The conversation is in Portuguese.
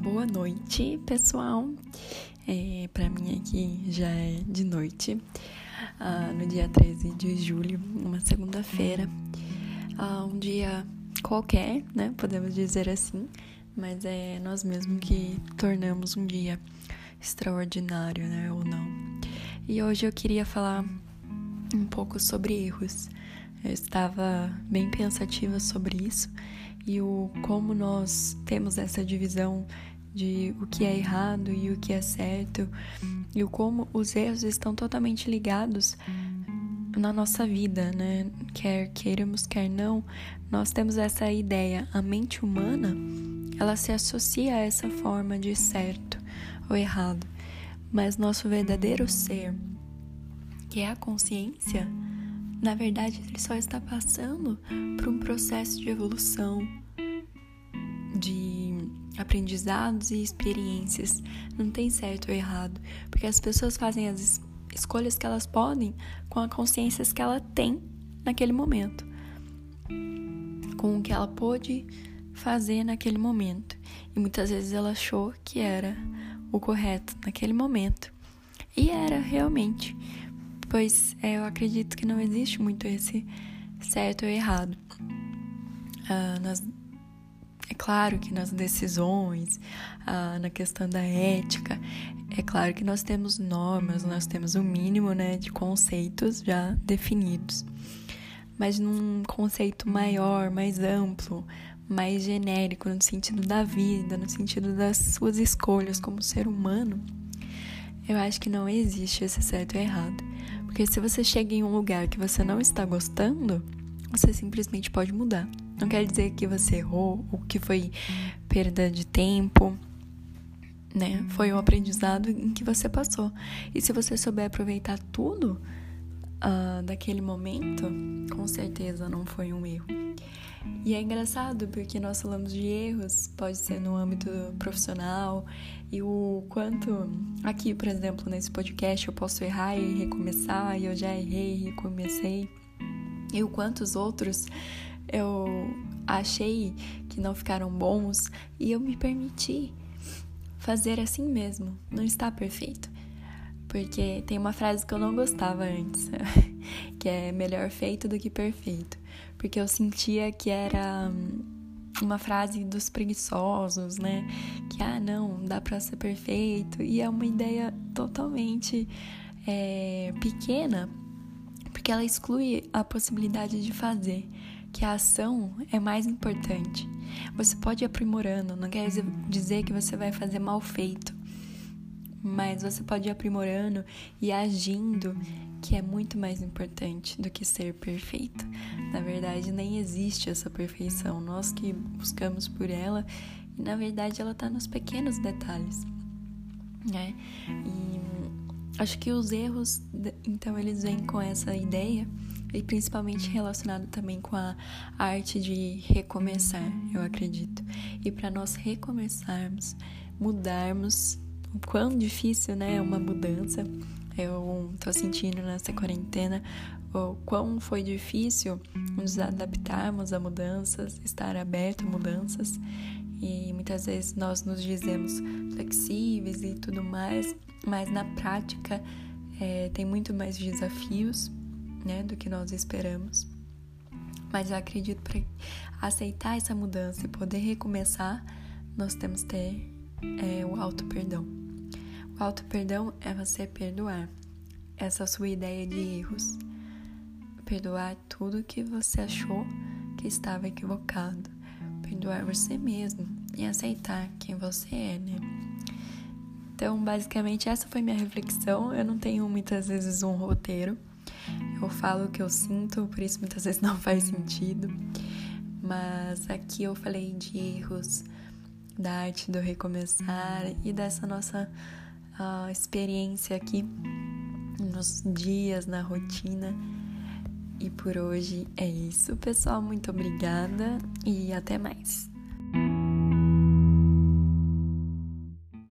Boa noite, pessoal. Pra mim aqui já é de noite, no dia 13 de julho, uma segunda-feira. Um dia qualquer, né? Podemos dizer assim, mas é nós mesmos que tornamos um dia extraordinário, né? Ou não. E hoje eu queria falar um pouco sobre erros. Eu estava bem pensativa sobre isso e como nós temos essa divisão de o que é errado e o que é certo e como os erros estão totalmente ligados na nossa vida, né? Quer queiramos, quer não, nós temos essa ideia. A mente humana, ela se associa a essa forma de certo ou errado, mas nosso verdadeiro ser, que é a consciência, na verdade, ele só está passando por um processo de evolução, de aprendizados e experiências. Não tem certo ou errado, porque as pessoas fazem as escolhas que elas podem com a consciência que ela tem naquele momento, com o que ela pôde fazer naquele momento. E muitas vezes ela achou que era o correto naquele momento. E era realmente. Pois eu acredito que não existe muito esse certo ou errado. É claro que nas decisões, na questão da ética, é claro que nós temos normas, nós temos o mínimo, né, de conceitos já definidos. Mas num conceito maior, mais amplo, mais genérico, no sentido da vida, no sentido das suas escolhas como ser humano, eu acho que não existe esse certo ou errado. Porque se você chega em um lugar que você não está gostando, você simplesmente pode mudar. Não quer dizer que você errou ou que foi perda de tempo, né? Foi um aprendizado em que você passou. E se você souber aproveitar tudo daquele momento, com certeza não foi um erro. E é engraçado porque nós falamos de erros, pode ser no âmbito profissional, e o quanto aqui, por exemplo, nesse podcast eu posso errar e recomeçar, e eu já errei e recomecei, e o quantos outros eu achei que não ficaram bons e eu me permiti fazer assim mesmo, não está perfeito. Porque tem uma frase que eu não gostava antes, que é melhor feito do que perfeito. Porque eu sentia que era uma frase dos preguiçosos, né? Que, não dá pra ser perfeito. E é uma ideia totalmente pequena, porque ela exclui a possibilidade de fazer, que a ação é mais importante. Você pode ir aprimorando, não quer dizer que você vai fazer mal feito, mas você pode ir aprimorando e agindo, que é muito mais importante do que ser perfeito. Na verdade, nem existe essa perfeição. Nós que buscamos por ela, e na verdade ela está nos pequenos detalhes, né? E acho que os erros, então, eles vêm com essa ideia, e principalmente relacionado também com a arte de recomeçar, eu acredito. E para nós recomeçarmos, mudarmos, o quão difícil, né, é uma mudança. Eu tô sentindo nessa quarentena o quão foi difícil nos adaptarmos a mudanças, estar aberto a mudanças. E muitas vezes nós nos dizemos flexíveis e tudo mais, mas na prática tem muito mais desafios, né, do que nós esperamos. Mas eu acredito que para aceitar essa mudança e poder recomeçar, nós temos que ter o auto-perdão. O auto-perdão é você perdoar essa sua ideia de erros. Perdoar tudo que você achou que estava equivocado. Perdoar você mesmo e aceitar quem você é, né? Então, basicamente, essa foi minha reflexão. Eu não tenho muitas vezes um roteiro. Eu falo o que eu sinto, por isso muitas vezes não faz sentido. Mas aqui eu falei de erros, da arte do recomeçar e dessa nossa experiência aqui nos dias, na rotina. E por hoje é isso, pessoal. Muito obrigada e até mais.